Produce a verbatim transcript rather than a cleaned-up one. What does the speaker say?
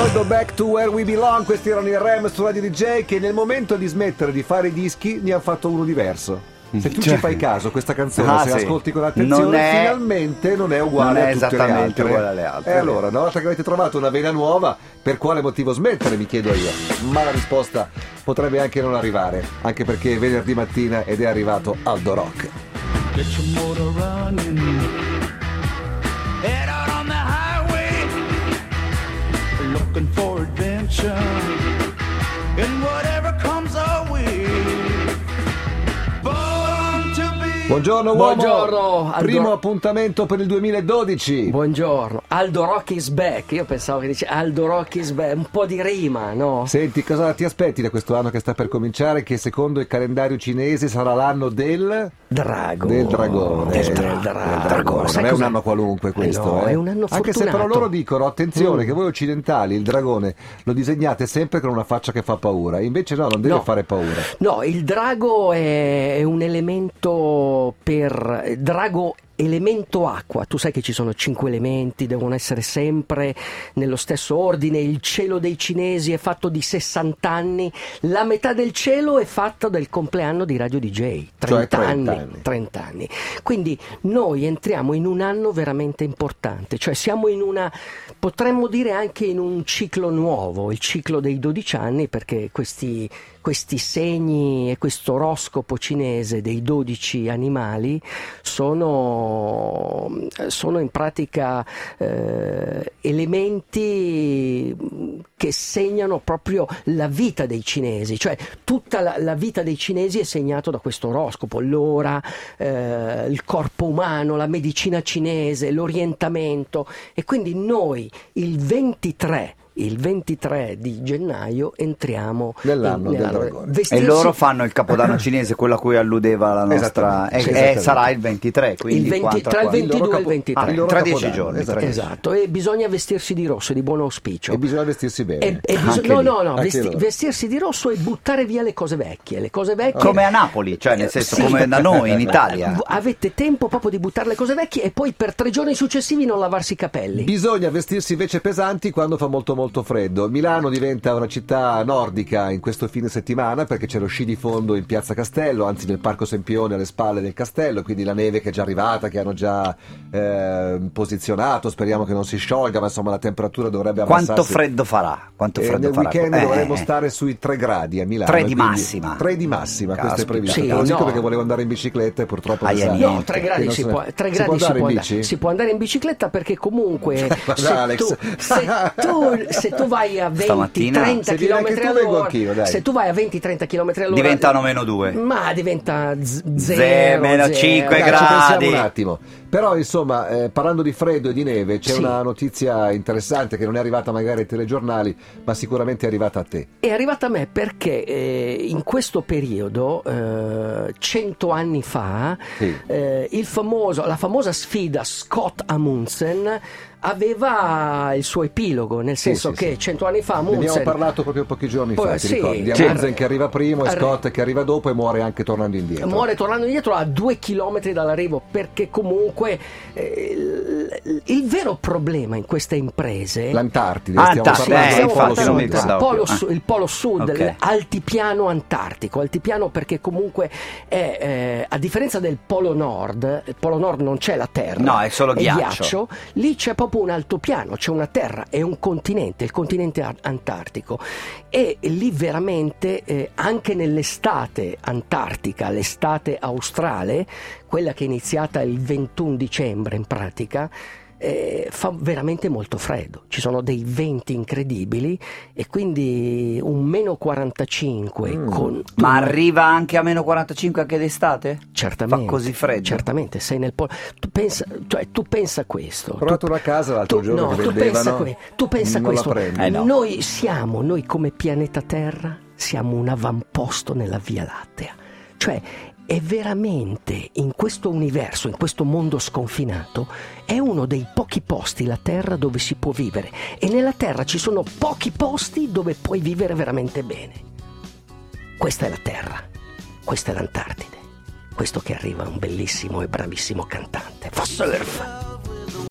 Go Back to Where We Belong, questi erano i Rem su Radio D J, che nel momento di smettere di fare i dischi ne hanno fatto uno diverso. Se tu Cioè, ci fai caso, questa canzone, ah, se sì. ascolti con attenzione, Non è- finalmente non è uguale non è a tutte le esattamente altre. uguale alle altre. E allora, una volta che avete trovato una vena nuova, per quale motivo smettere, mi chiedo io. Ma la risposta potrebbe anche non arrivare, anche perché è venerdì mattina ed è arrivato Aldo Rock. Get your motor running. Head out on the highway. Looking for adventure. And whatever comes our way. Born to be. Buongiorno uomo. Buongiorno, Aldo. Primo appuntamento per il duemiladodici. Buongiorno, Aldo Rock is back. Io pensavo che dice Aldo Rock is back, un po' di rima, no? Senti, cosa ti aspetti da questo anno che sta per cominciare, che secondo il calendario cinese sarà l'anno del... Drago. Del dragone. Del, Del dra- dragone. dragone. Sai Non è un cos'è? anno qualunque questo, Eh no, eh. è un anno Anche se però fortunato. loro dicono, attenzione, Mm. che voi occidentali il dragone lo disegnate sempre con una faccia che fa paura. Invece no, non deve No. fare paura. No, il drago è, è un elemento per... Drago elemento acqua, tu sai che ci sono cinque elementi, devono essere sempre nello stesso ordine. Il cielo dei cinesi è fatto di sessanta anni, la metà del cielo è fatta del compleanno di Radio D J, trenta, Cioè trenta anni, anni. trenta anni. Quindi noi entriamo in un anno veramente importante, cioè siamo in una, potremmo dire anche in un ciclo nuovo, il ciclo dei dodici anni, perché questi questi segni e questo oroscopo cinese dei dodici animali sono, sono in pratica eh, elementi che segnano proprio la vita dei cinesi, cioè tutta la, la vita dei cinesi è segnato da questo oroscopo, l'ora, eh, il corpo umano, la medicina cinese, l'orientamento, e quindi noi il ventitré il ventitré di gennaio entriamo Nell'anno in- del nell'anno- dragone. E vestirsi- loro fanno il capodanno cinese, quello a cui alludeva la nostra, Esattamente, e, sì, e esattamente. sarà il ventitré, quindi Il venti quanto a tra il quanto? ventidue e il capo- ventitré. ah, il loro Tra dieci capodanno, giorni, esatto. tra- Esatto, e bisogna vestirsi di rosso, di buon auspicio. E bisogna vestirsi bene. E- e biso- Anche no, lì. no, no, Anche vesti- loro. vestirsi di rosso e buttare via le cose vecchie. Le cose vecchie. Come a Napoli, cioè nel senso Sì. come da noi in Italia. V- Avete tempo proprio di buttare le cose vecchie e poi per tre giorni successivi non lavarsi i capelli. Bisogna vestirsi invece pesanti quando fa molto molto freddo. Milano diventa una città nordica in questo fine settimana perché c'è lo sci di fondo in Piazza Castello, anzi nel Parco Sempione alle spalle del castello, quindi la neve che è già arrivata, che hanno già eh, posizionato, speriamo che non si sciolga, ma insomma la temperatura dovrebbe abbassarsi. Quanto freddo farà? Quanto E freddo nel farà? weekend Eh, dovremmo eh. stare sui tre gradi a Milano. Tre di quindi- massima. tre di massima, questo è Caspita. previsto. Sì, Te lo dico no. perché volevo andare in bicicletta e purtroppo mi Aia, sa niente. No, tre che gradi, non si se- può, tre si gradi può si, andare può in andare, bici? si può andare in bicicletta perché comunque Ma se, Alex. tu, se, tu, se tu vai a venti Stamattina- trenta Se vieni anche km tu, vengo all'ora, anch'io, dai. se tu vai a venti trenta km all'ora Diventano meno due. ma diventa z- Ze- zero, meno zero. cinque Dai, ci gradi. pensiamo un attimo. Però insomma, eh, parlando di freddo e di neve, c'è Sì. una notizia interessante che non è arrivata magari ai telegiornali, ma sicuramente è arrivata a te. È arrivata a me perché eh, in questo periodo, eh, cento anni fa, Sì. eh, il famoso, la famosa sfida Scott Amundsen aveva il suo epilogo, nel senso sì, che sì. cento anni fa Ne abbiamo Amundsen... parlato proprio pochi giorni Poi, fa, ti sì. ricordi? Di Sì. Amundsen che arriva primo e Arri- Scott che arriva dopo e muore anche tornando indietro. Muore tornando indietro a due chilometri dall'arrivo, perché comunque eh, il, il vero problema in queste imprese... L'Antartide, Ah, stiamo Antartide, parlando eh, del stiamo Polo infatti non mi Sud. parlando ricordavo del polo, più. su- il polo sud, Ok. l'altipiano antartico, altipiano perché comunque è, eh, a differenza del polo nord, il polo nord non c'è la terra, No, è solo ghiaccio. lì c'è proprio un altopiano, c'è una terra, è un continente, il continente ar- antartico, e lì veramente eh, anche nell'estate antartica, l'estate australe, quella che è iniziata il ventuno dicembre in pratica, eh, fa veramente molto freddo, ci sono dei venti incredibili e quindi un meno quarantacinque Mm. con Ma arriva anche a meno quarantacinque anche d'estate? certamente Fa così freddo? certamente sei nel polo, tu pensa, cioè, tu pensa questo, Ho trovato tu, una casa l'altro tu- giorno no, che tu pensa, vendevano, que- tu pensa non la questo prendo. Eh no. noi siamo, noi come pianeta Terra siamo un avamposto nella Via Lattea, cioè è veramente in questo universo, in questo mondo sconfinato, è uno dei pochi posti, la Terra, dove si può vivere, e nella Terra ci sono pochi posti dove puoi vivere veramente bene. Questa è la Terra, questa è l'Antartide, questo che arriva è un bellissimo e bravissimo cantante, fa surf.